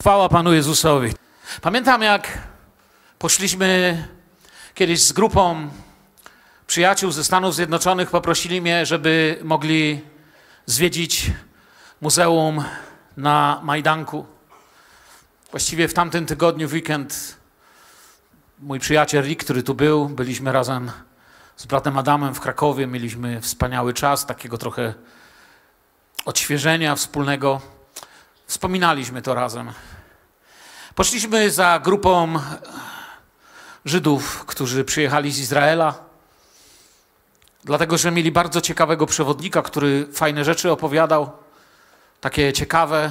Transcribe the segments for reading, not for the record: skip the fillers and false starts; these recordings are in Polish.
Chwała Panu Jezusowi. Pamiętam, jak poszliśmy kiedyś z grupą przyjaciół ze Stanów Zjednoczonych, poprosili mnie, żeby mogli zwiedzić muzeum na Majdanku. Właściwie w tamtym tygodniu, w weekend, mój przyjaciel Rick, który tu był, byliśmy razem z bratem Adamem w Krakowie, mieliśmy wspaniały czas, takiego trochę odświeżenia wspólnego. Wspominaliśmy to razem. Poszliśmy za grupą Żydów, którzy przyjechali z Izraela, dlatego że mieli bardzo ciekawego przewodnika, który fajne rzeczy opowiadał, takie ciekawe.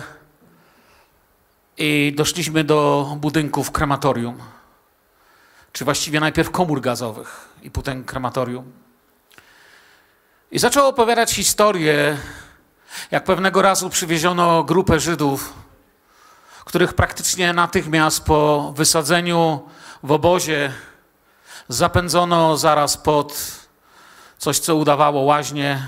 I doszliśmy do budynków krematorium, czy właściwie najpierw komór gazowych i potem krematorium. I zaczął opowiadać historię, jak pewnego razu przywieziono grupę Żydów, których praktycznie natychmiast po wysadzeniu w obozie zapędzono zaraz pod coś, co udawało łaźnię.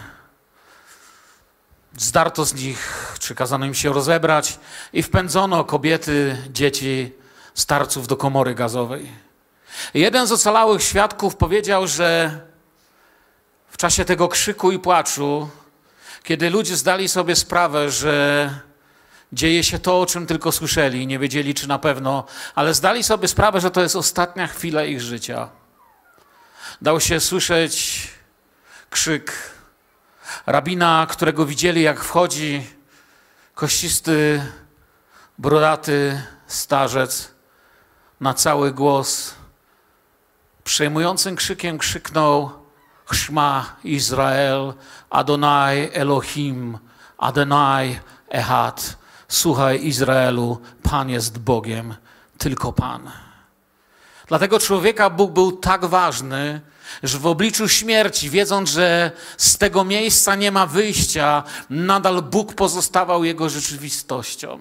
Zdarto z nich, czy kazano im się rozebrać i wpędzono kobiety, dzieci, starców do komory gazowej. Jeden z ocalałych świadków powiedział, że w czasie tego krzyku i płaczu, kiedy ludzie zdali sobie sprawę, że dzieje się to, o czym tylko słyszeli, nie wiedzieli, czy na pewno, ale zdali sobie sprawę, że to jest ostatnia chwila ich życia. Dał się słyszeć krzyk rabina, którego widzieli, jak wchodzi kościsty, brodaty starzec, na cały głos przejmującym krzykiem krzyknął: Shma Izrael, Adonai Elohim, Adonai Echad. Słuchaj, Izraelu, Pan jest Bogiem, tylko Pan. Dla tego człowieka Bóg był tak ważny, że w obliczu śmierci, wiedząc, że z tego miejsca nie ma wyjścia, nadal Bóg pozostawał jego rzeczywistością.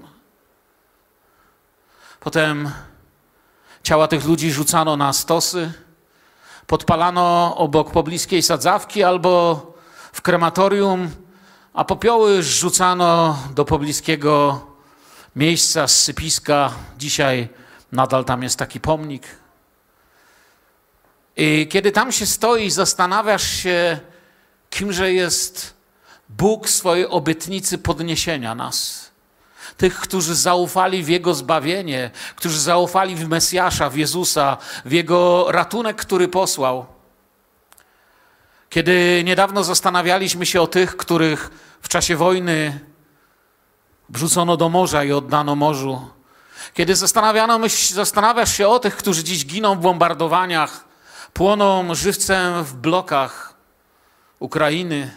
Potem ciała tych ludzi rzucano na stosy, podpalano obok pobliskiej sadzawki albo w krematorium, a popioły rzucano do pobliskiego miejsca, sypiska. Dzisiaj nadal tam jest taki pomnik. I kiedy tam się stoi, zastanawiasz się, kimże jest Bóg w swojej obietnicy podniesienia nas. Tych, którzy zaufali w Jego zbawienie, którzy zaufali w Mesjasza, w Jezusa, w Jego ratunek, który posłał. Kiedy niedawno zastanawialiśmy się o tych, których w czasie wojny wrzucono do morza i oddano morzu. Kiedy zastanawiasz się o tych, którzy dziś giną w bombardowaniach, płoną żywcem w blokach Ukrainy.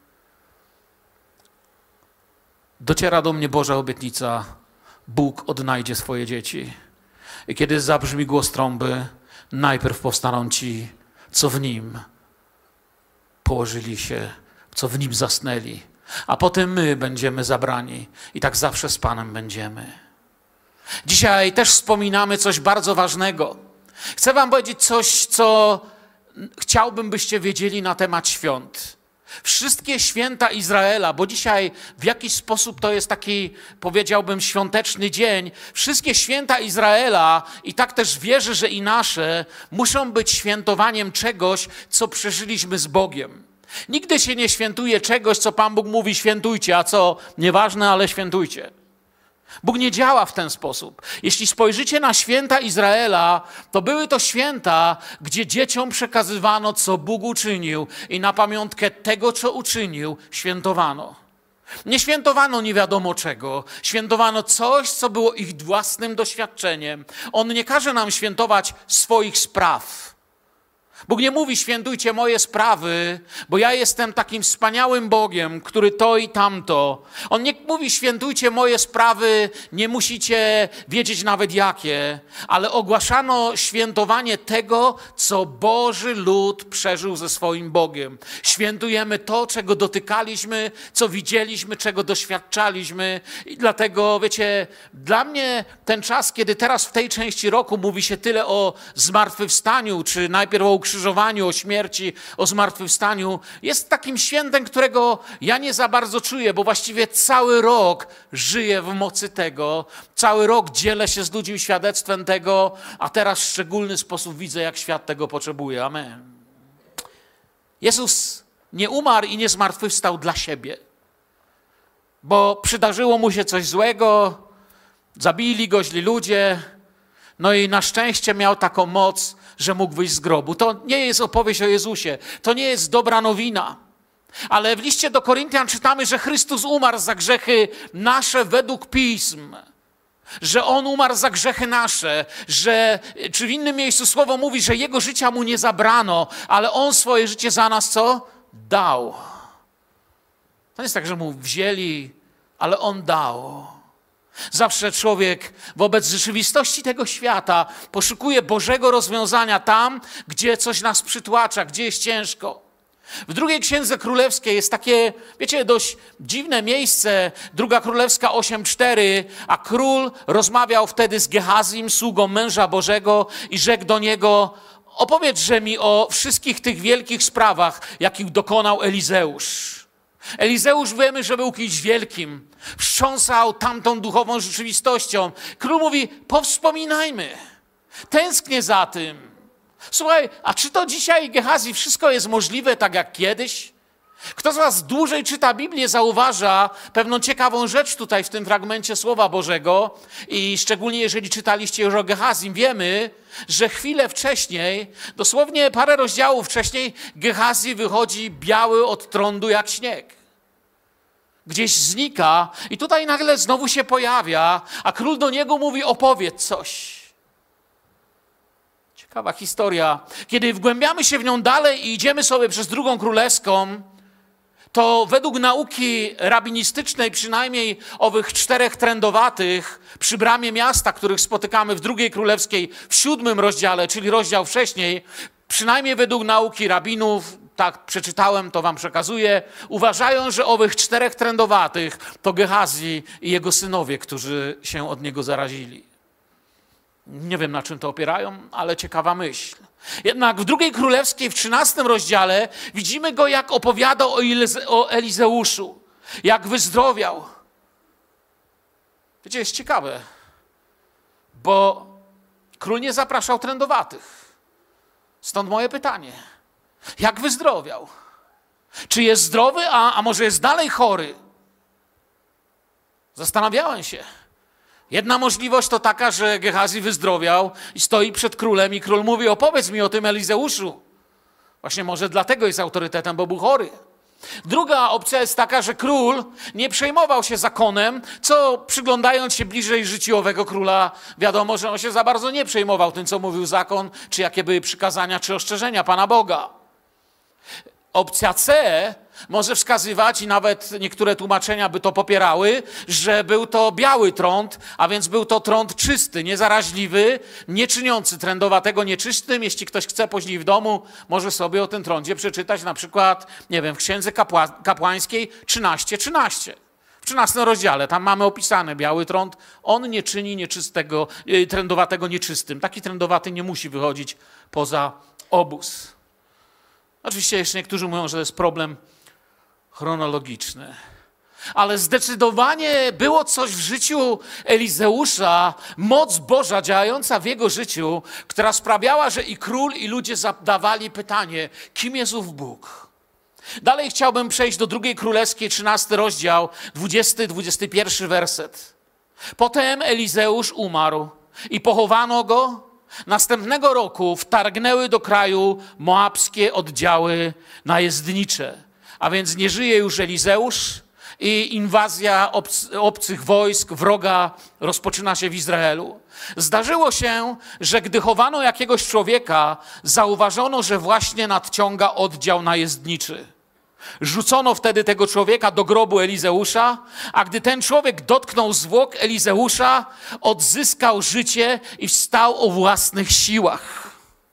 Dociera do mnie Boża obietnica: Bóg odnajdzie swoje dzieci. I kiedy zabrzmi głos trąby, najpierw powstaną ci, co w Nim położyli się, co w Nim zasnęli, a potem my będziemy zabrani i tak zawsze z Panem będziemy. Dzisiaj też wspominamy coś bardzo ważnego. Chcę wam powiedzieć coś, co chciałbym, byście wiedzieli na temat świąt. Wszystkie święta Izraela, bo dzisiaj w jakiś sposób to jest taki, powiedziałbym, świąteczny dzień. Wszystkie święta Izraela, i tak też wierzę, że i nasze, muszą być świętowaniem czegoś, co przeżyliśmy z Bogiem. Nigdy się nie świętuje czegoś, co Pan Bóg mówi: świętujcie, a co nieważne, ale świętujcie. Bóg nie działa w ten sposób. Jeśli spojrzycie na święta Izraela, to były to święta, gdzie dzieciom przekazywano, co Bóg uczynił, i na pamiątkę tego, co uczynił, świętowano. Nie świętowano nie wiadomo czego, świętowano coś, co było ich własnym doświadczeniem. On nie każe nam świętować swoich spraw. Bóg nie mówi: świętujcie moje sprawy, bo ja jestem takim wspaniałym Bogiem, który to i tamto. On nie mówi: świętujcie moje sprawy, nie musicie wiedzieć nawet jakie, ale ogłaszano świętowanie tego, co Boży lud przeżył ze swoim Bogiem. Świętujemy to, czego dotykaliśmy, co widzieliśmy, czego doświadczaliśmy. I dlatego, wiecie, dla mnie ten czas, kiedy teraz w tej części roku mówi się tyle o zmartwychwstaniu, czy najpierw o ukrzyżowaniu, o śmierci, o zmartwychwstaniu, jest takim świętem, którego ja nie za bardzo czuję, bo właściwie cały rok żyję w mocy tego, cały rok dzielę się z ludźmi świadectwem tego, a teraz w szczególny sposób widzę, jak świat tego potrzebuje. Amen. Jezus nie umarł i nie zmartwychwstał dla siebie, bo przydarzyło mu się coś złego, zabili go źli ludzie, no i na szczęście miał taką moc, że mógł wyjść z grobu. To nie jest opowieść o Jezusie, to nie jest dobra nowina. Ale w liście do Koryntian czytamy, że Chrystus umarł za grzechy nasze według Pism. Że On umarł za grzechy nasze, czy w innym miejscu słowo mówi, że Jego życia Mu nie zabrano, ale On swoje życie za nas co? Dał. To nie jest tak, że Mu wzięli, ale On dał. Zawsze człowiek wobec rzeczywistości tego świata poszukuje Bożego rozwiązania tam, gdzie coś nas przytłacza, gdzie jest ciężko. W drugiej Księdze Królewskiej jest takie, wiecie, dość dziwne miejsce, Druga Królewska 8:4, a król rozmawiał wtedy z Gehazim, sługą męża Bożego i rzekł do niego: opowiedz mi o wszystkich tych wielkich sprawach, jakich dokonał Elizeusz. Elizeusz, wiemy, że był kimś wielkim, wstrząsał tamtą duchową rzeczywistością. Król mówi: powspominajmy, tęsknię za tym. Słuchaj, a czy to dzisiaj, Gehazi, wszystko jest możliwe tak jak kiedyś? Kto z was dłużej czyta Biblię, zauważa pewną ciekawą rzecz tutaj w tym fragmencie Słowa Bożego i szczególnie jeżeli czytaliście już o Gehazim, wiemy, że chwilę wcześniej, dosłownie parę rozdziałów wcześniej, Gehazi wychodzi biały od trądu jak śnieg. Gdzieś znika i tutaj nagle znowu się pojawia, a król do niego mówi: opowiedz coś. Ciekawa historia. Kiedy wgłębiamy się w nią dalej i idziemy sobie przez Drugą Królewską, to według nauki rabinistycznej, przynajmniej owych 4 trędowatych przy bramie miasta, których spotykamy w Drugiej Królewskiej w 7 rozdziale, czyli rozdział wcześniej, przynajmniej według nauki rabinów, tak przeczytałem, to wam przekazuję, uważają, że owych 4 trędowatych to Gehazi i jego synowie, którzy się od niego zarazili. Nie wiem, na czym to opierają, ale ciekawa myśl. Jednak w Drugiej Królewskiej, w 13 rozdziale, widzimy go, jak opowiada o Elizeuszu, jak wyzdrowiał. Wiecie, jest ciekawe, bo król nie zapraszał trędowatych. Stąd moje pytanie. Jak wyzdrowiał? Czy jest zdrowy, a może jest dalej chory? Zastanawiałem się. Jedna możliwość to taka, że Gehazi wyzdrowiał i stoi przed królem i król mówi: opowiedz mi o tym Elizeuszu. Właśnie może dlatego jest autorytetem, bo był chory. Druga opcja jest taka, że król nie przejmował się zakonem, co przyglądając się bliżej życiu owego króla, wiadomo, że on się za bardzo nie przejmował tym, co mówił zakon, czy jakie były przykazania, czy ostrzeżenia Pana Boga. Opcja C może wskazywać, i nawet niektóre tłumaczenia by to popierały, że był to biały trąd, a więc był to trąd czysty, niezaraźliwy, nie czyniący trędowatego nieczystym. Jeśli ktoś chce później w domu, może sobie o tym trądzie przeczytać na przykład, nie wiem, w Księdze Kapłańskiej 13:13. W 13 rozdziale, tam mamy opisane biały trąd, on nie czyni nieczystego, trędowatego nieczystym. Taki trędowaty nie musi wychodzić poza obóz. Oczywiście jeszcze niektórzy mówią, że to jest problem chronologiczny. Ale zdecydowanie było coś w życiu Elizeusza, moc Boża działająca w jego życiu, która sprawiała, że i król, i ludzie zadawali pytanie: kim jest ów Bóg? Dalej chciałbym przejść do Drugiej Królewskiej, 13 rozdział, 20-21 werset. Potem Elizeusz umarł i pochowano go. Następnego roku wtargnęły do kraju moabskie oddziały najezdnicze. A więc nie żyje już Elizeusz i inwazja obcych wojsk, wroga rozpoczyna się w Izraelu. Zdarzyło się, że gdy chowano jakiegoś człowieka, zauważono, że właśnie nadciąga oddział najezdniczy. Rzucono wtedy tego człowieka do grobu Elizeusza, a gdy ten człowiek dotknął zwłok Elizeusza, odzyskał życie i wstał o własnych siłach.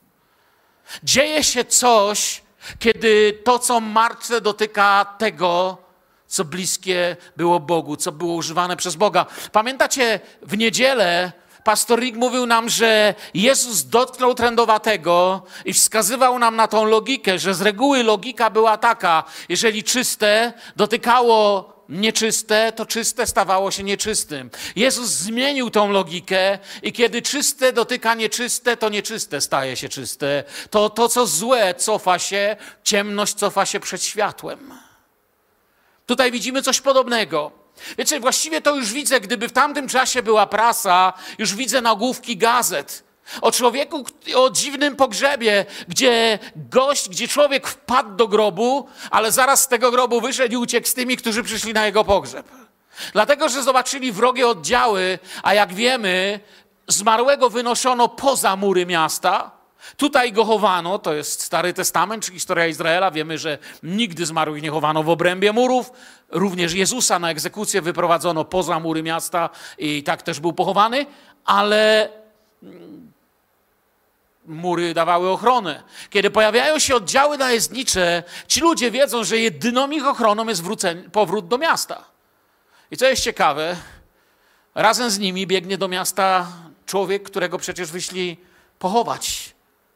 Dzieje się coś, kiedy to, co martwe, dotyka tego, co bliskie było Bogu, co było używane przez Boga. Pamiętacie, w niedzielę pastor Rick mówił nam, że Jezus dotknął trędowatego i wskazywał nam na tą logikę, że z reguły logika była taka, jeżeli czyste dotykało nieczyste, to czyste stawało się nieczystym. Jezus zmienił tą logikę i kiedy czyste dotyka nieczyste, to nieczyste staje się czyste. To co złe, cofa się, ciemność cofa się przed światłem. Tutaj widzimy coś podobnego. Wiecie, właściwie to już widzę, gdyby w tamtym czasie była prasa, już widzę nagłówki gazet o człowieku, o dziwnym pogrzebie, gdzie człowiek wpadł do grobu, ale zaraz z tego grobu wyszedł i uciekł z tymi, którzy przyszli na jego pogrzeb. Dlatego, że zobaczyli wrogie oddziały, a jak wiemy, zmarłego wynoszono poza mury miasta. Tutaj go chowano, to jest Stary Testament, czy historia Izraela. Wiemy, że nigdy zmarłych nie chowano w obrębie murów. Również Jezusa na egzekucję wyprowadzono poza mury miasta i tak też był pochowany, ale mury dawały ochronę. Kiedy pojawiają się oddziały najezdnicze, ci ludzie wiedzą, że jedyną ich ochroną jest powrót do miasta. I co jest ciekawe, razem z nimi biegnie do miasta człowiek, którego przecież wyszli pochować.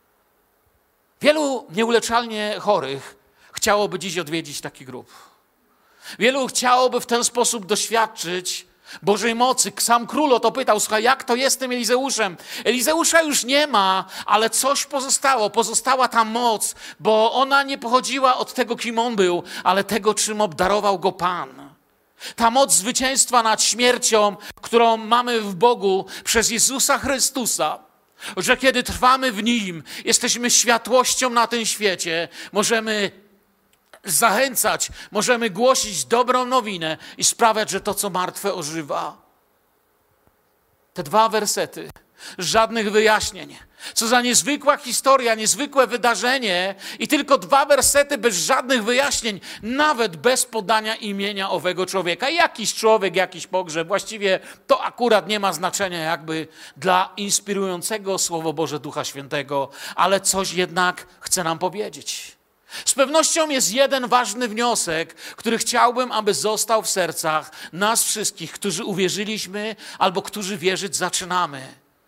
Wielu nieuleczalnie chorych chciałoby dziś odwiedzić taki grób. Wielu chciałoby w ten sposób doświadczyć Bożej mocy. Sam król o to pytał, słuchaj, jak to jest tym Elizeuszem? Elizeusza już nie ma, ale coś pozostało. Pozostała ta moc, bo ona nie pochodziła od tego, kim on był, ale tego, czym obdarował go Pan. Ta moc zwycięstwa nad śmiercią, którą mamy w Bogu przez Jezusa Chrystusa, że kiedy trwamy w Nim, jesteśmy światłością na tym świecie, możemy zachęcać, możemy głosić dobrą nowinę i sprawiać, że to, co martwe, ożywa. Te 2 wersety, żadnych wyjaśnień. Co za niezwykła historia, niezwykłe wydarzenie i tylko 2 wersety bez żadnych wyjaśnień, nawet bez podania imienia owego człowieka. Jakiś człowiek, jakiś pogrzeb, właściwie to akurat nie ma znaczenia jakby dla inspirującego Słowo Boże Ducha Świętego, ale coś jednak chce nam powiedzieć. Z pewnością jest jeden ważny wniosek, który chciałbym, aby został w sercach nas wszystkich, którzy uwierzyliśmy albo którzy wierzyć zaczynamy,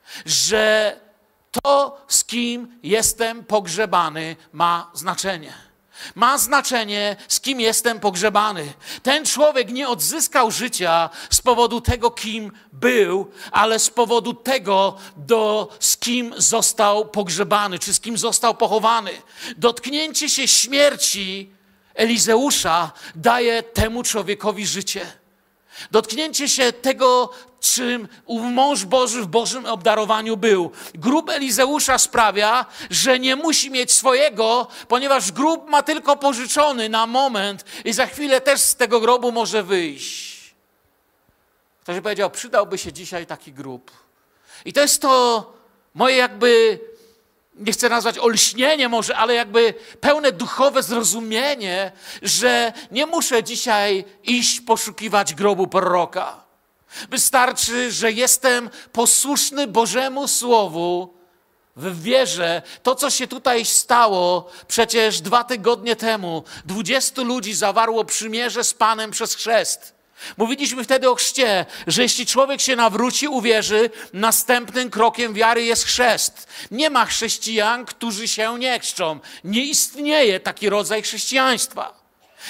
że to, z kim jestem pogrzebany, ma znaczenie. Ma znaczenie, z kim jestem pogrzebany. Ten człowiek nie odzyskał życia z powodu tego, kim był, ale z powodu tego, z kim został pogrzebany, czy z kim został pochowany. Dotknięcie się śmierci Elizeusza daje temu człowiekowi życie. Dotknięcie się tego, czym mąż Boży w Bożym obdarowaniu był. Grób Elizeusza sprawia, że nie musi mieć swojego, ponieważ grób ma tylko pożyczony na moment i za chwilę też z tego grobu może wyjść. Ktoś powiedział, przydałby się dzisiaj taki grób. I to jest to moje jakby, nie chcę nazwać olśnienie może, ale jakby pełne duchowe zrozumienie, że nie muszę dzisiaj iść poszukiwać grobu proroka. Wystarczy, że jestem posłuszny Bożemu Słowu w wierze. To, co się tutaj stało przecież 2 tygodnie temu. 20 ludzi zawarło przymierze z Panem przez chrzest. Mówiliśmy wtedy o chrzcie, że jeśli człowiek się nawróci, uwierzy, następnym krokiem wiary jest chrzest. Nie ma chrześcijan, którzy się nie chrzczą. Nie istnieje taki rodzaj chrześcijaństwa.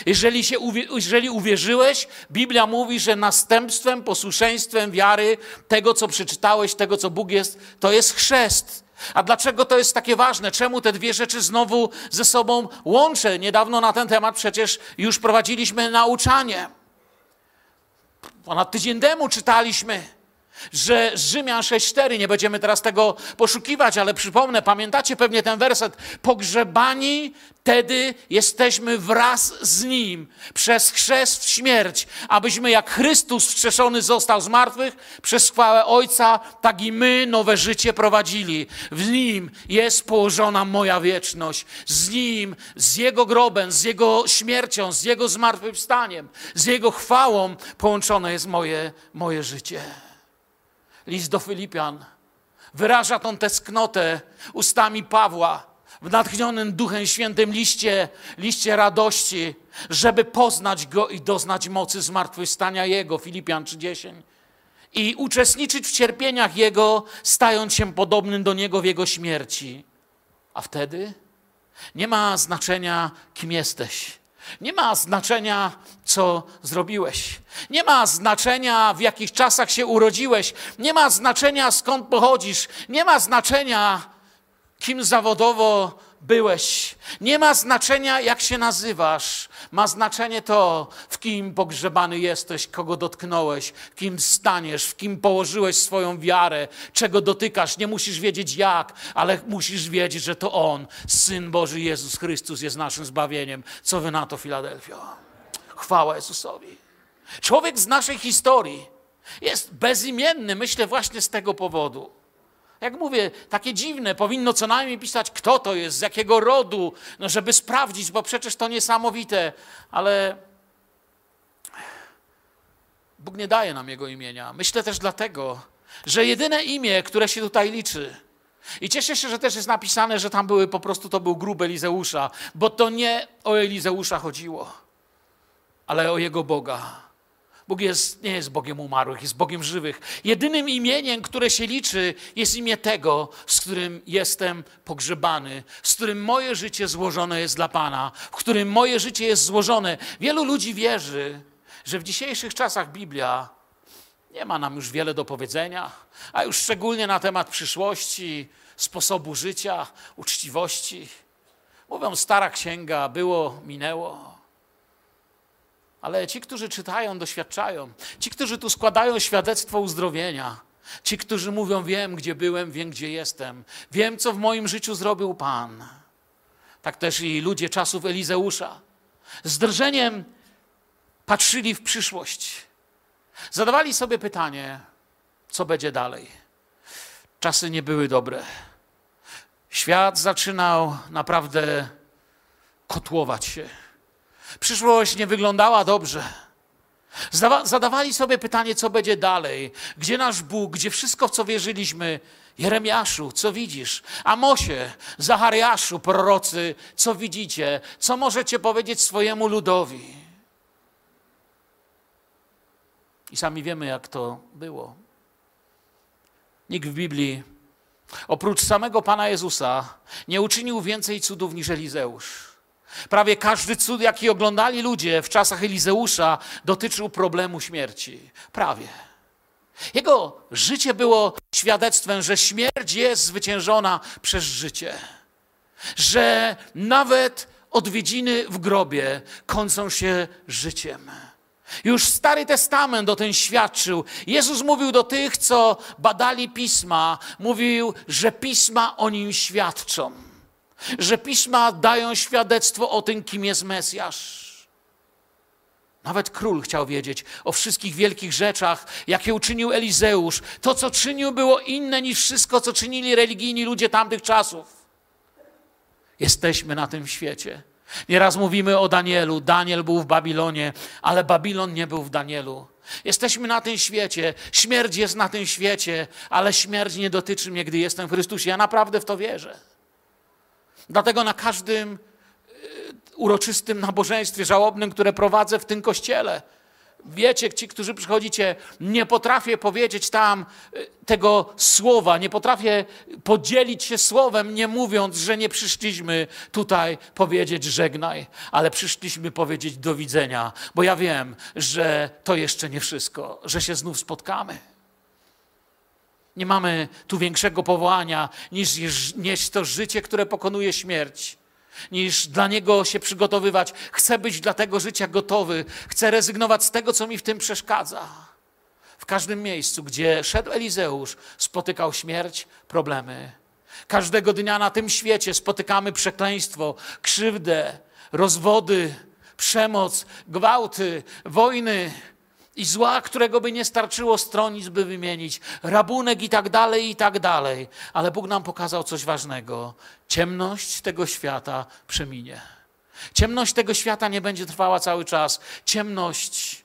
Jeżeli uwierzyłeś, Biblia mówi, że następstwem, posłuszeństwem wiary, tego, co przeczytałeś, tego, co Bóg jest, to jest chrzest. A dlaczego to jest takie ważne? Czemu te 2 rzeczy znowu ze sobą łączę? Niedawno na ten temat przecież już prowadziliśmy nauczanie. Ponad tydzień temu czytaliśmy, że Rzymian 6:4, nie będziemy teraz tego poszukiwać, ale przypomnę, pamiętacie pewnie ten werset, pogrzebani wtedy jesteśmy wraz z Nim przez chrzest w śmierć, abyśmy jak Chrystus wskrzeszony został z martwych przez chwałę Ojca, tak i my nowe życie prowadzili. W Nim jest położona moja wieczność. Z Nim, z Jego grobem, z Jego śmiercią, z Jego zmartwychwstaniem, z Jego chwałą połączone jest moje życie. List do Filipian wyraża tą tęsknotę ustami Pawła w natchnionym Duchem Świętym liście radości, żeby poznać Go i doznać mocy zmartwychwstania Jego. Filipian 3:10. i uczestniczyć w cierpieniach Jego, stając się podobnym do Niego w Jego śmierci. A wtedy nie ma znaczenia, kim jesteś. Nie ma znaczenia, co zrobiłeś. Nie ma znaczenia, w jakich czasach się urodziłeś. Nie ma znaczenia, skąd pochodzisz. Nie ma znaczenia, kim zawodowo byłeś. Nie ma znaczenia, jak się nazywasz. Ma znaczenie to, w kim pogrzebany jesteś, kogo dotknąłeś, w kim staniesz, w kim położyłeś swoją wiarę, czego dotykasz. Nie musisz wiedzieć jak, ale musisz wiedzieć, że to On, Syn Boży Jezus Chrystus jest naszym zbawieniem. Co wy na to, Filadelfio? Chwała Jezusowi. Człowiek z naszej historii jest bezimienny, myślę, właśnie z tego powodu. Jak mówię, takie dziwne, powinno co najmniej pisać, kto to jest, z jakiego rodu, no żeby sprawdzić, bo przecież to niesamowite, ale Bóg nie daje nam Jego imienia. Myślę też dlatego, że jedyne imię, które się tutaj liczy, i cieszę się, że też jest napisane, że tam były, po prostu to był grób Elizeusza, bo to nie o Elizeusza chodziło, ale o Jego Boga. Bóg nie jest Bogiem umarłych, jest Bogiem żywych. Jedynym imieniem, które się liczy, jest imię tego, z którym jestem pogrzebany, z którym moje życie złożone jest dla Pana, w którym moje życie jest złożone. Wielu ludzi wierzy, że w dzisiejszych czasach Biblia nie ma nam już wiele do powiedzenia, a już szczególnie na temat przyszłości, sposobu życia, uczciwości. Mówią, stara księga, było, minęło. Ale ci, którzy czytają, doświadczają. Ci, którzy tu składają świadectwo uzdrowienia. Ci, którzy mówią, wiem, gdzie byłem, wiem, gdzie jestem. Wiem, co w moim życiu zrobił Pan. Tak też i ludzie czasów Elizeusza. Z drżeniem patrzyli w przyszłość. Zadawali sobie pytanie, co będzie dalej. Czasy nie były dobre. Świat zaczynał naprawdę kotłować się. Przyszłość nie wyglądała dobrze. Zadawali sobie pytanie, co będzie dalej. Gdzie nasz Bóg, gdzie wszystko, w co wierzyliśmy. Jeremiaszu, co widzisz? Amosie, Zachariaszu, prorocy, co widzicie? Co możecie powiedzieć swojemu ludowi? I sami wiemy, jak to było. Nikt w Biblii, oprócz samego Pana Jezusa, nie uczynił więcej cudów niż Elizeusz. Prawie każdy cud, jaki oglądali ludzie w czasach Elizeusza, dotyczył problemu śmierci. Prawie. Jego życie było świadectwem, że śmierć jest zwyciężona przez życie. Że nawet odwiedziny w grobie kończą się życiem. Już Stary Testament o tym świadczył. Jezus mówił do tych, co badali Pisma, mówił, że Pisma o nim świadczą. Że Pisma dają świadectwo o tym, kim jest Mesjasz. Nawet król chciał wiedzieć o wszystkich wielkich rzeczach, jakie uczynił Elizeusz. To, co czynił, było inne niż wszystko, co czynili religijni ludzie tamtych czasów. Jesteśmy na tym świecie. Nieraz mówimy o Danielu. Daniel był w Babilonie, ale Babilon nie był w Danielu. Jesteśmy na tym świecie. Śmierć jest na tym świecie, ale śmierć nie dotyczy mnie, gdy jestem w Chrystusie. Ja naprawdę w to wierzę. Dlatego na każdym uroczystym nabożeństwie żałobnym, które prowadzę w tym kościele, wiecie, ci, którzy przychodzicie, nie potrafię powiedzieć tam tego słowa, nie potrafię podzielić się słowem, nie mówiąc, że nie przyszliśmy tutaj powiedzieć żegnaj, ale przyszliśmy powiedzieć do widzenia, bo ja wiem, że to jeszcze nie wszystko, że się znów spotkamy. Nie mamy tu większego powołania niż nieść to życie, które pokonuje śmierć. Niż dla niego się przygotowywać. Chcę być dla tego życia gotowy. Chcę rezygnować z tego, co mi w tym przeszkadza. W każdym miejscu, gdzie szedł Elizeusz, spotykał śmierć, problemy. Każdego dnia na tym świecie spotykamy przekleństwo, krzywdę, rozwody, przemoc, gwałty, wojny i zła, którego by nie starczyło stronic, by wymienić, rabunek i tak dalej, i tak dalej. Ale Bóg nam pokazał coś ważnego. Ciemność tego świata przeminie. Ciemność tego świata nie będzie trwała cały czas. Ciemność,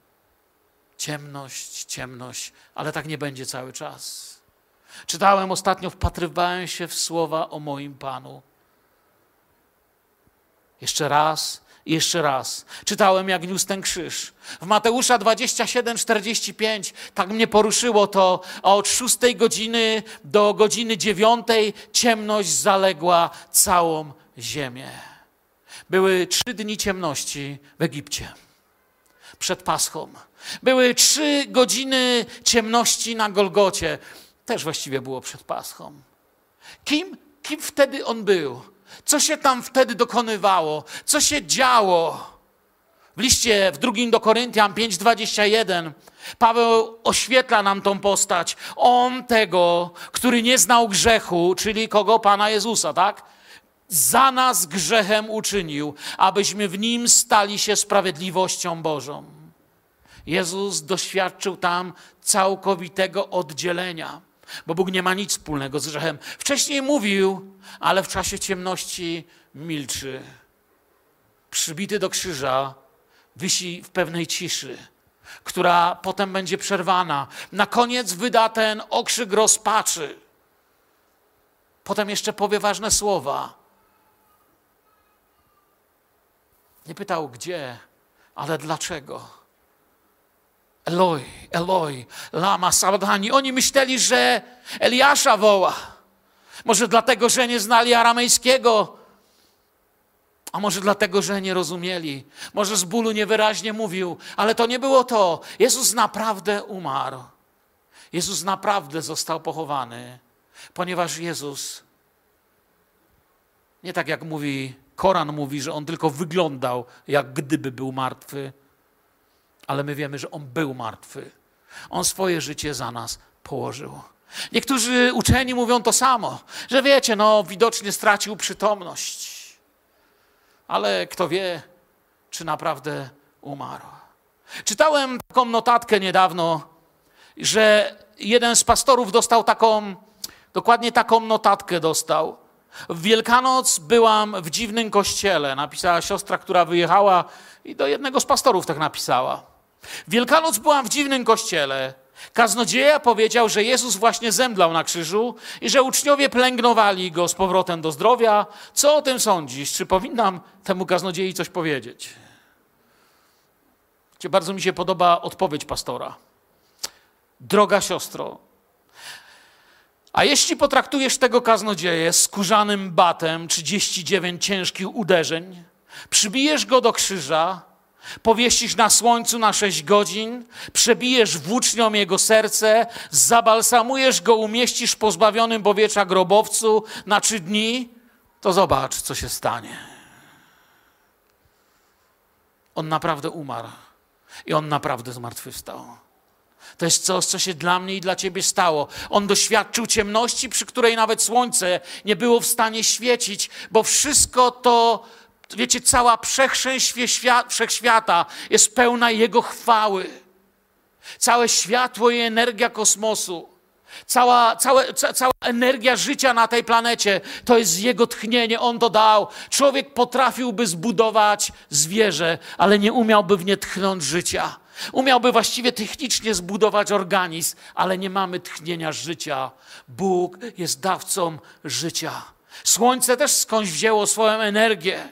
ale tak nie będzie cały czas. Czytałem ostatnio, wpatrywałem się w słowa o moim Panu. Jeszcze raz I jeszcze raz. Czytałem, jak niósł ten krzyż. W Mateusza 27:45 tak mnie poruszyło to, a od 6 godziny do godziny 9 ciemność zaległa całą ziemię. Były 3 dni ciemności w Egipcie. Przed Paschą. Były 3 godziny ciemności na Golgocie. Też właściwie było przed Paschą. Kim wtedy on był? Co się tam wtedy dokonywało? Co się działo? W liście w 2 do Koryntian 5:21 Paweł oświetla nam tą postać. On tego, który nie znał grzechu, czyli kogo? Pana Jezusa, tak? Za nas grzechem uczynił, abyśmy w nim stali się sprawiedliwością Bożą. Jezus doświadczył tam całkowitego oddzielenia, bo Bóg nie ma nic wspólnego z grzechem. Wcześniej mówił, ale w czasie ciemności milczy. Przybity do krzyża wisi w pewnej ciszy, która potem będzie przerwana. Na koniec wyda ten okrzyk rozpaczy. Potem jeszcze powie ważne słowa. Nie pytał gdzie, ale dlaczego. Eloi, Eloi, lama sabachthani. Oni myśleli, że Eliasza woła. Może dlatego, że nie znali aramejskiego, a może dlatego, że nie rozumieli. Może z bólu niewyraźnie mówił, ale to nie było to. Jezus naprawdę umarł. Jezus naprawdę został pochowany, ponieważ Jezus, nie tak jak mówi Koran, mówi, że on tylko wyglądał, jak gdyby był martwy, ale my wiemy, że on był martwy. On swoje życie za nas położył. Niektórzy uczeni mówią to samo, że wiecie, widocznie stracił przytomność. Ale kto wie, czy naprawdę umarł. Czytałem taką notatkę niedawno, że jeden z pastorów dostał dokładnie taką notatkę dostał. W Wielkanoc byłam w dziwnym kościele, napisała siostra, która wyjechała i do jednego z pastorów tak napisała. W Wielkanoc byłam w dziwnym kościele. Kaznodzieja powiedział, że Jezus właśnie zemdlał na krzyżu i że uczniowie pielęgnowali go z powrotem do zdrowia. Co o tym sądzisz? Czy powinnam temu kaznodziei coś powiedzieć? Bardzo mi się podoba odpowiedź pastora. Droga siostro, a jeśli potraktujesz tego kaznodzieję skórzanym batem 39 ciężkich uderzeń, przybijesz go do krzyża, powiesisz na słońcu na 6 godzin, przebijesz włócznią jego serce, zabalsamujesz go, umieścisz w pozbawionym powietrza grobowcu na 3 dni, to zobacz, co się stanie. On naprawdę umarł i on naprawdę zmartwychwstał. To jest coś, co się dla mnie i dla ciebie stało. On doświadczył ciemności, przy której nawet słońce nie było w stanie świecić, bo wszystko to, wiecie, cała przestrzeń wszechświata jest pełna Jego chwały. Całe światło i energia kosmosu, cała energia życia na tej planecie, to jest Jego tchnienie. On to dał. Człowiek potrafiłby zbudować zwierzę, ale nie umiałby w nie tchnąć życia. Umiałby właściwie technicznie zbudować organizm, ale nie mamy tchnienia życia. Bóg jest dawcą życia. Słońce też skądś wzięło swoją energię.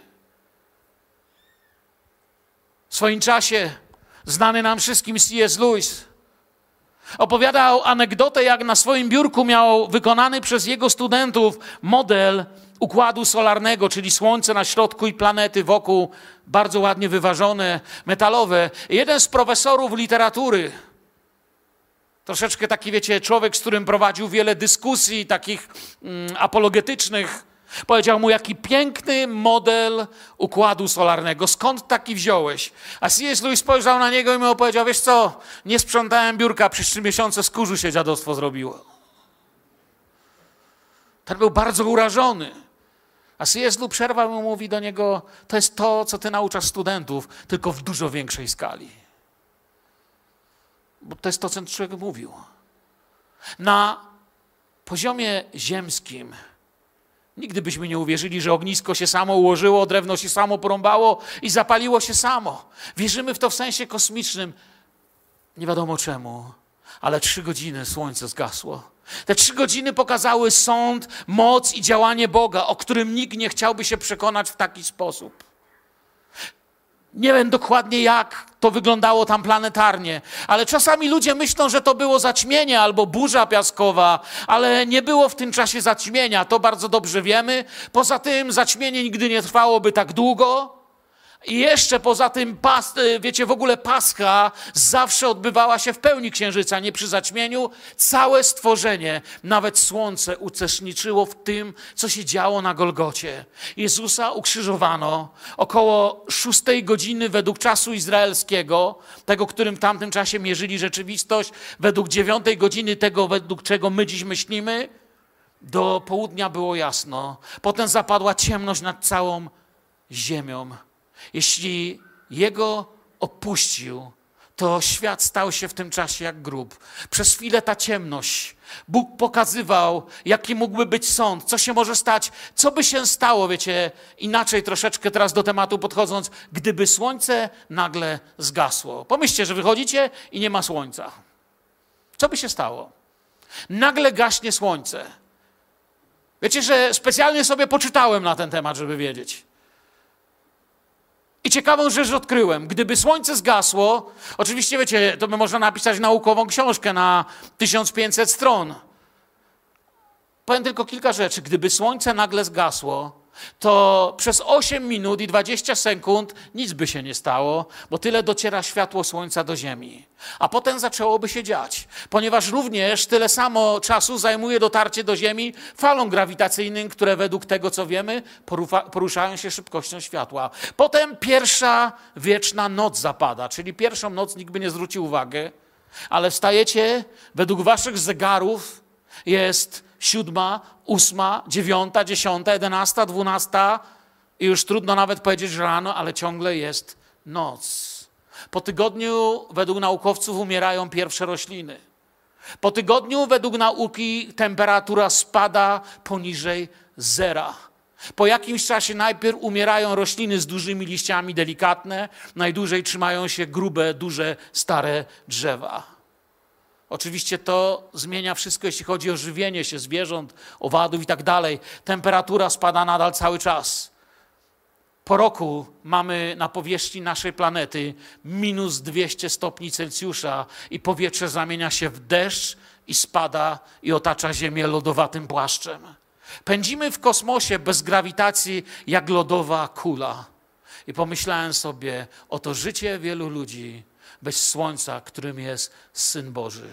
W swoim czasie znany nam wszystkim C.S. Lewis opowiadał anegdotę, jak na swoim biurku miał wykonany przez jego studentów model układu solarnego, czyli słońce na środku i planety wokół, bardzo ładnie wyważone, metalowe. Jeden z profesorów literatury, troszeczkę taki, wiecie, człowiek, z którym prowadził wiele dyskusji takich apologetycznych, powiedział mu, jaki piękny model układu solarnego, skąd taki wziąłeś? A C.S. Lewis spojrzał na niego i mu powiedział, wiesz co, nie sprzątałem biurka, przez 3 miesiące z kurzu się dziadostwo zrobiło. Ten był bardzo urażony. A C.S. Lewis przerwał i mówi do niego, to jest to, co ty nauczasz studentów, tylko w dużo większej skali. Bo to jest to, co ten człowiek mówił. Na poziomie ziemskim nigdy byśmy nie uwierzyli, że ognisko się samo ułożyło, drewno się samo porąbało i zapaliło się samo. Wierzymy w to w sensie kosmicznym. Nie wiadomo czemu, ale 3 godziny słońce zgasło. Te 3 godziny pokazały sąd, moc i działanie Boga, o którym nikt nie chciałby się przekonać w taki sposób. Nie wiem dokładnie, jak to wyglądało tam planetarnie, ale czasami ludzie myślą, że to było zaćmienie albo burza piaskowa, ale nie było w tym czasie zaćmienia, to bardzo dobrze wiemy. Poza tym zaćmienie nigdy nie trwałoby tak długo. I jeszcze poza tym, wiecie, w ogóle Pascha zawsze odbywała się w pełni księżyca, nie przy zaćmieniu. Całe stworzenie, nawet słońce, uczestniczyło w tym, co się działo na Golgocie. Jezusa ukrzyżowano około 6 godziny według czasu izraelskiego, tego, którym w tamtym czasie mierzyli rzeczywistość, według 9 godziny tego, według czego my dziś myślimy. Do południa było jasno. Potem zapadła ciemność nad całą ziemią. Jeśli Jego opuścił, to świat stał się w tym czasie jak grób. Przez chwilę ta ciemność. Bóg pokazywał, jaki mógłby być sąd, co się może stać, co by się stało, wiecie, inaczej troszeczkę teraz do tematu podchodząc, gdyby słońce nagle zgasło. Pomyślcie, że wychodzicie i nie ma słońca. Co by się stało? Nagle gaśnie słońce. Wiecie, że specjalnie sobie poczytałem na ten temat, żeby wiedzieć. I ciekawą rzecz odkryłem. Gdyby słońce zgasło, oczywiście wiecie, to by można napisać naukową książkę na 1500 stron. Powiem tylko kilka rzeczy. Gdyby słońce nagle zgasło, to przez 8 minut i 20 sekund nic by się nie stało, bo tyle dociera światło słońca do ziemi. A potem zaczęłoby się dziać, ponieważ również tyle samo czasu zajmuje dotarcie do ziemi falom grawitacyjnym, które według tego, co wiemy, poruszają się szybkością światła. Potem pierwsza wieczna noc zapada, czyli pierwszą noc nikt by nie zwrócił uwagi, ale wstajecie, według waszych zegarów jest 7, 8, 9, 10, 11, 12 i już trudno nawet powiedzieć, że rano, ale ciągle jest noc. Po tygodniu według naukowców umierają pierwsze rośliny. Po tygodniu według nauki temperatura spada poniżej zera. Po jakimś czasie najpierw umierają rośliny z dużymi liściami, delikatne, najdłużej trzymają się grube, duże, stare drzewa. Oczywiście to zmienia wszystko, jeśli chodzi o żywienie się zwierząt, owadów i tak dalej. Temperatura spada nadal cały czas. Po roku mamy na powierzchni naszej planety minus 200 stopni Celsjusza i powietrze zamienia się w deszcz i spada i otacza Ziemię lodowatym płaszczem. Pędzimy w kosmosie bez grawitacji jak lodowa kula. I pomyślałem sobie, oto życie wielu ludzi bez słońca, którym jest Syn Boży.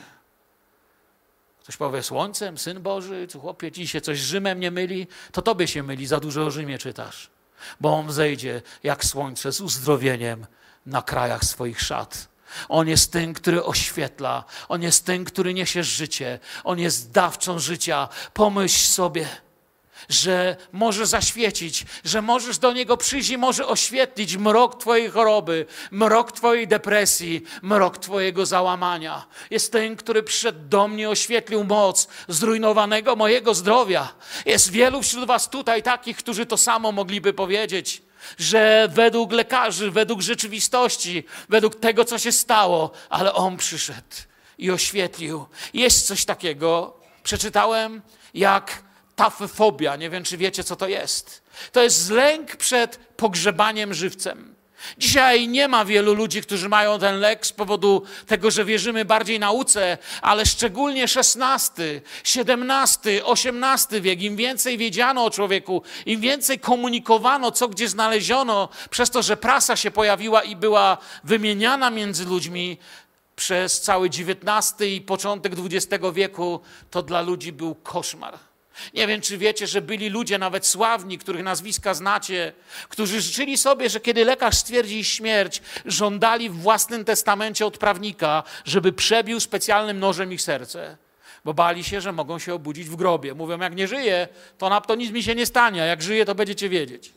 Ktoś powie, słońcem, Syn Boży, co chłopie, ci się coś z Rzymem nie myli? To tobie się myli, za dużo o Rzymie czytasz. Bo on zejdzie jak słońce z uzdrowieniem na krajach swoich szat. On jest tym, który oświetla. On jest tym, który niesie życie. On jest dawcą życia. Pomyśl sobie, że może zaświecić, że możesz do Niego przyjść i może oświetlić mrok twojej choroby, mrok twojej depresji, mrok twojego załamania. Jest ten, który przyszedł do mnie, oświetlił moc zrujnowanego mojego zdrowia. Jest wielu wśród was tutaj takich, którzy to samo mogliby powiedzieć, że według lekarzy, według rzeczywistości, według tego, co się stało, ale On przyszedł i oświetlił. Jest coś takiego, przeczytałem, jak tafefobia. Nie wiem, czy wiecie, co to jest. To jest lęk przed pogrzebaniem żywcem. Dzisiaj nie ma wielu ludzi, którzy mają ten lęk z powodu tego, że wierzymy bardziej nauce, ale szczególnie XVI, XVII, XVIII wiek, im więcej wiedziano o człowieku, im więcej komunikowano, co gdzie znaleziono, przez to, że prasa się pojawiła i była wymieniana między ludźmi przez cały XIX i początek XX wieku, to dla ludzi był koszmar. Nie wiem, czy wiecie, że byli ludzie nawet sławni, których nazwiska znacie, którzy życzyli sobie, że kiedy lekarz stwierdzi ich śmierć, żądali w własnym testamencie od prawnika, żeby przebił specjalnym nożem ich serce, bo bali się, że mogą się obudzić w grobie. Mówią, jak nie żyję, to nic mi się nie stanie, a jak żyję, to będziecie wiedzieć.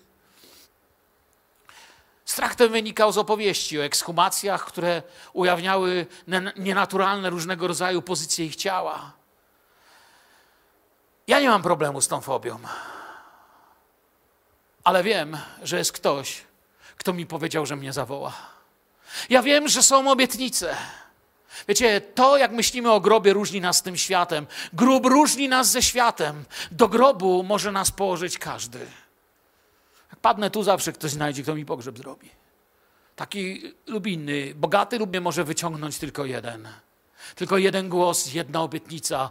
Strach ten wynikał z opowieści o ekshumacjach, które ujawniały nienaturalne różnego rodzaju pozycje ich ciała. Ja nie mam problemu z tą fobią, ale wiem, że jest ktoś, kto mi powiedział, że mnie zawoła. Ja wiem, że są obietnice. Wiecie, to jak myślimy o grobie różni nas z tym światem. Grób różni nas ze światem. Do grobu może nas położyć każdy. Jak padnę tu, zawsze ktoś znajdzie, kto mi pogrzeb zrobi. taki lub inny, bogaty lub nie może wyciągnąć tylko jeden. Tylko jeden głos, jedna obietnica.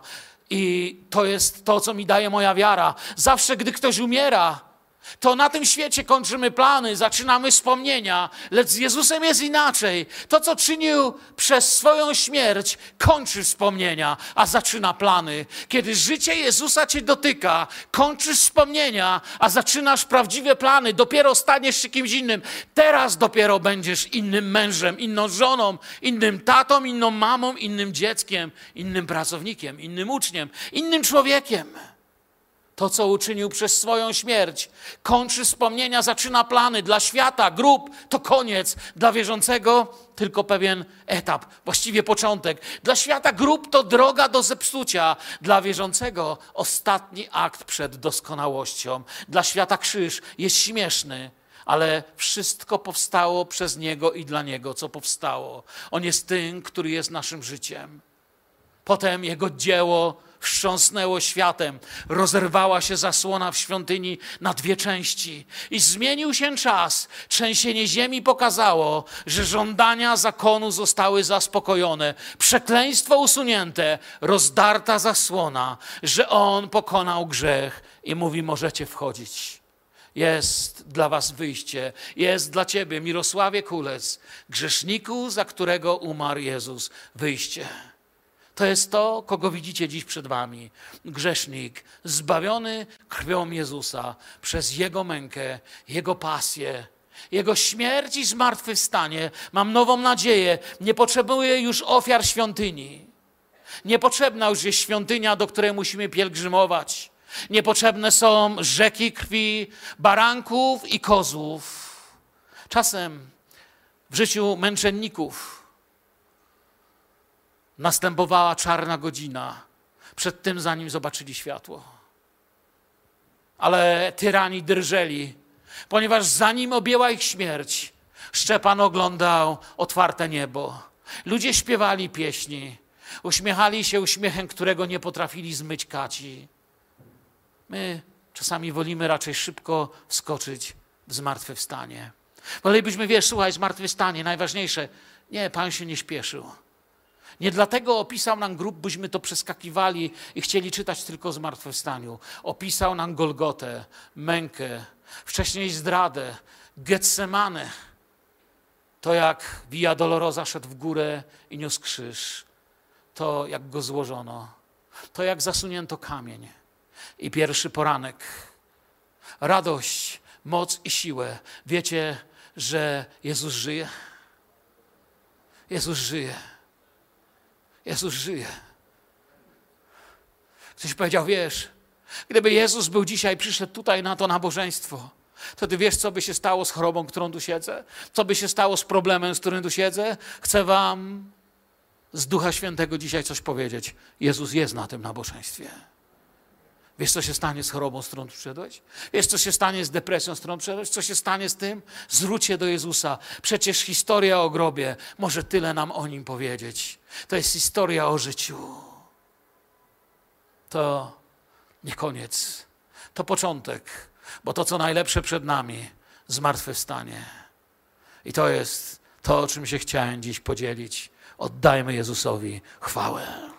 I to jest to, co mi daje moja wiara. Zawsze, gdy ktoś umiera, to na tym świecie kończymy plany, zaczynamy wspomnienia, lecz z Jezusem jest inaczej. To, co czynił przez swoją śmierć, kończy wspomnienia, a zaczyna plany. Kiedy życie Jezusa cię dotyka, kończysz wspomnienia, a zaczynasz prawdziwe plany. Dopiero staniesz się kimś innym. Teraz dopiero będziesz innym mężem, inną żoną, innym tatą, inną mamą, innym dzieckiem, innym pracownikiem, innym uczniem, innym człowiekiem. To, co uczynił przez swoją śmierć, kończy wspomnienia, zaczyna plany. Dla świata, grób to koniec. Dla wierzącego tylko pewien etap, właściwie początek. Dla świata grób to droga do zepsucia. Dla wierzącego ostatni akt przed doskonałością. Dla świata krzyż jest śmieszny, ale wszystko powstało przez Niego i dla Niego, co powstało. On jest tym, który jest naszym życiem. Potem Jego dzieło wstrząsnęło światem, rozerwała się zasłona w świątyni na dwie części i zmienił się czas. Trzęsienie ziemi pokazało, że żądania zakonu zostały zaspokojone, przekleństwo usunięte, rozdarta zasłona, że On pokonał grzech i mówi: możecie wchodzić. Jest dla was wyjście, jest dla ciebie, Mirosławie Kulec, grzeszniku, za którego umarł Jezus, wyjście. To jest to, kogo widzicie dziś przed wami. Grzesznik, zbawiony krwią Jezusa przez Jego mękę, Jego pasję, Jego śmierć i zmartwychwstanie. Mam nową nadzieję. Nie potrzebuję już ofiar świątyni. Niepotrzebna już jest świątynia, do której musimy pielgrzymować. Niepotrzebne są rzeki krwi, baranków i kozłów. Czasem w życiu męczenników następowała czarna godzina przed tym, zanim zobaczyli światło. Ale tyrani drżeli, ponieważ zanim objęła ich śmierć, Szczepan oglądał otwarte niebo. Ludzie śpiewali pieśni, uśmiechali się uśmiechem, którego nie potrafili zmyć kaci. My czasami wolimy raczej szybko wskoczyć w zmartwychwstanie. Wolelibyśmy, słuchaj, zmartwychwstanie, najważniejsze. Nie, Pan się nie śpieszył. Nie dlatego opisał nam grób, byśmy to przeskakiwali i chcieli czytać tylko o zmartwychwstaniu. Opisał nam Golgotę, mękę, wcześniej zdradę, Getsemanę. To jak Via Dolorosa szedł w górę i niósł krzyż. To jak go złożono. To jak zasunięto kamień. I pierwszy poranek. Radość, moc i siłę. Wiecie, że Jezus żyje? Jezus żyje. Jezus żyje. Ktoś powiedział, wiesz, gdyby Jezus był dzisiaj, przyszedł tutaj na to nabożeństwo, to ty wiesz, co by się stało z chorobą, którą tu siedzę? Co by się stało z problemem, z którym tu siedzę? Chcę wam z Ducha Świętego dzisiaj coś powiedzieć. Jezus jest na tym nabożeństwie. Wiesz, co się stanie z chorobą, z którą tu przyszedłeś? Wiesz, co się stanie z depresją, z którą przyszedłeś? Co się stanie z tym? Zwróć się do Jezusa. Przecież historia o grobie może tyle nam o Nim powiedzieć. To jest historia o życiu. To nie koniec. To początek. Bo to, co najlepsze przed nami, zmartwychwstanie. I to jest to, o czym się chciałem dziś podzielić. Oddajmy Jezusowi chwałę.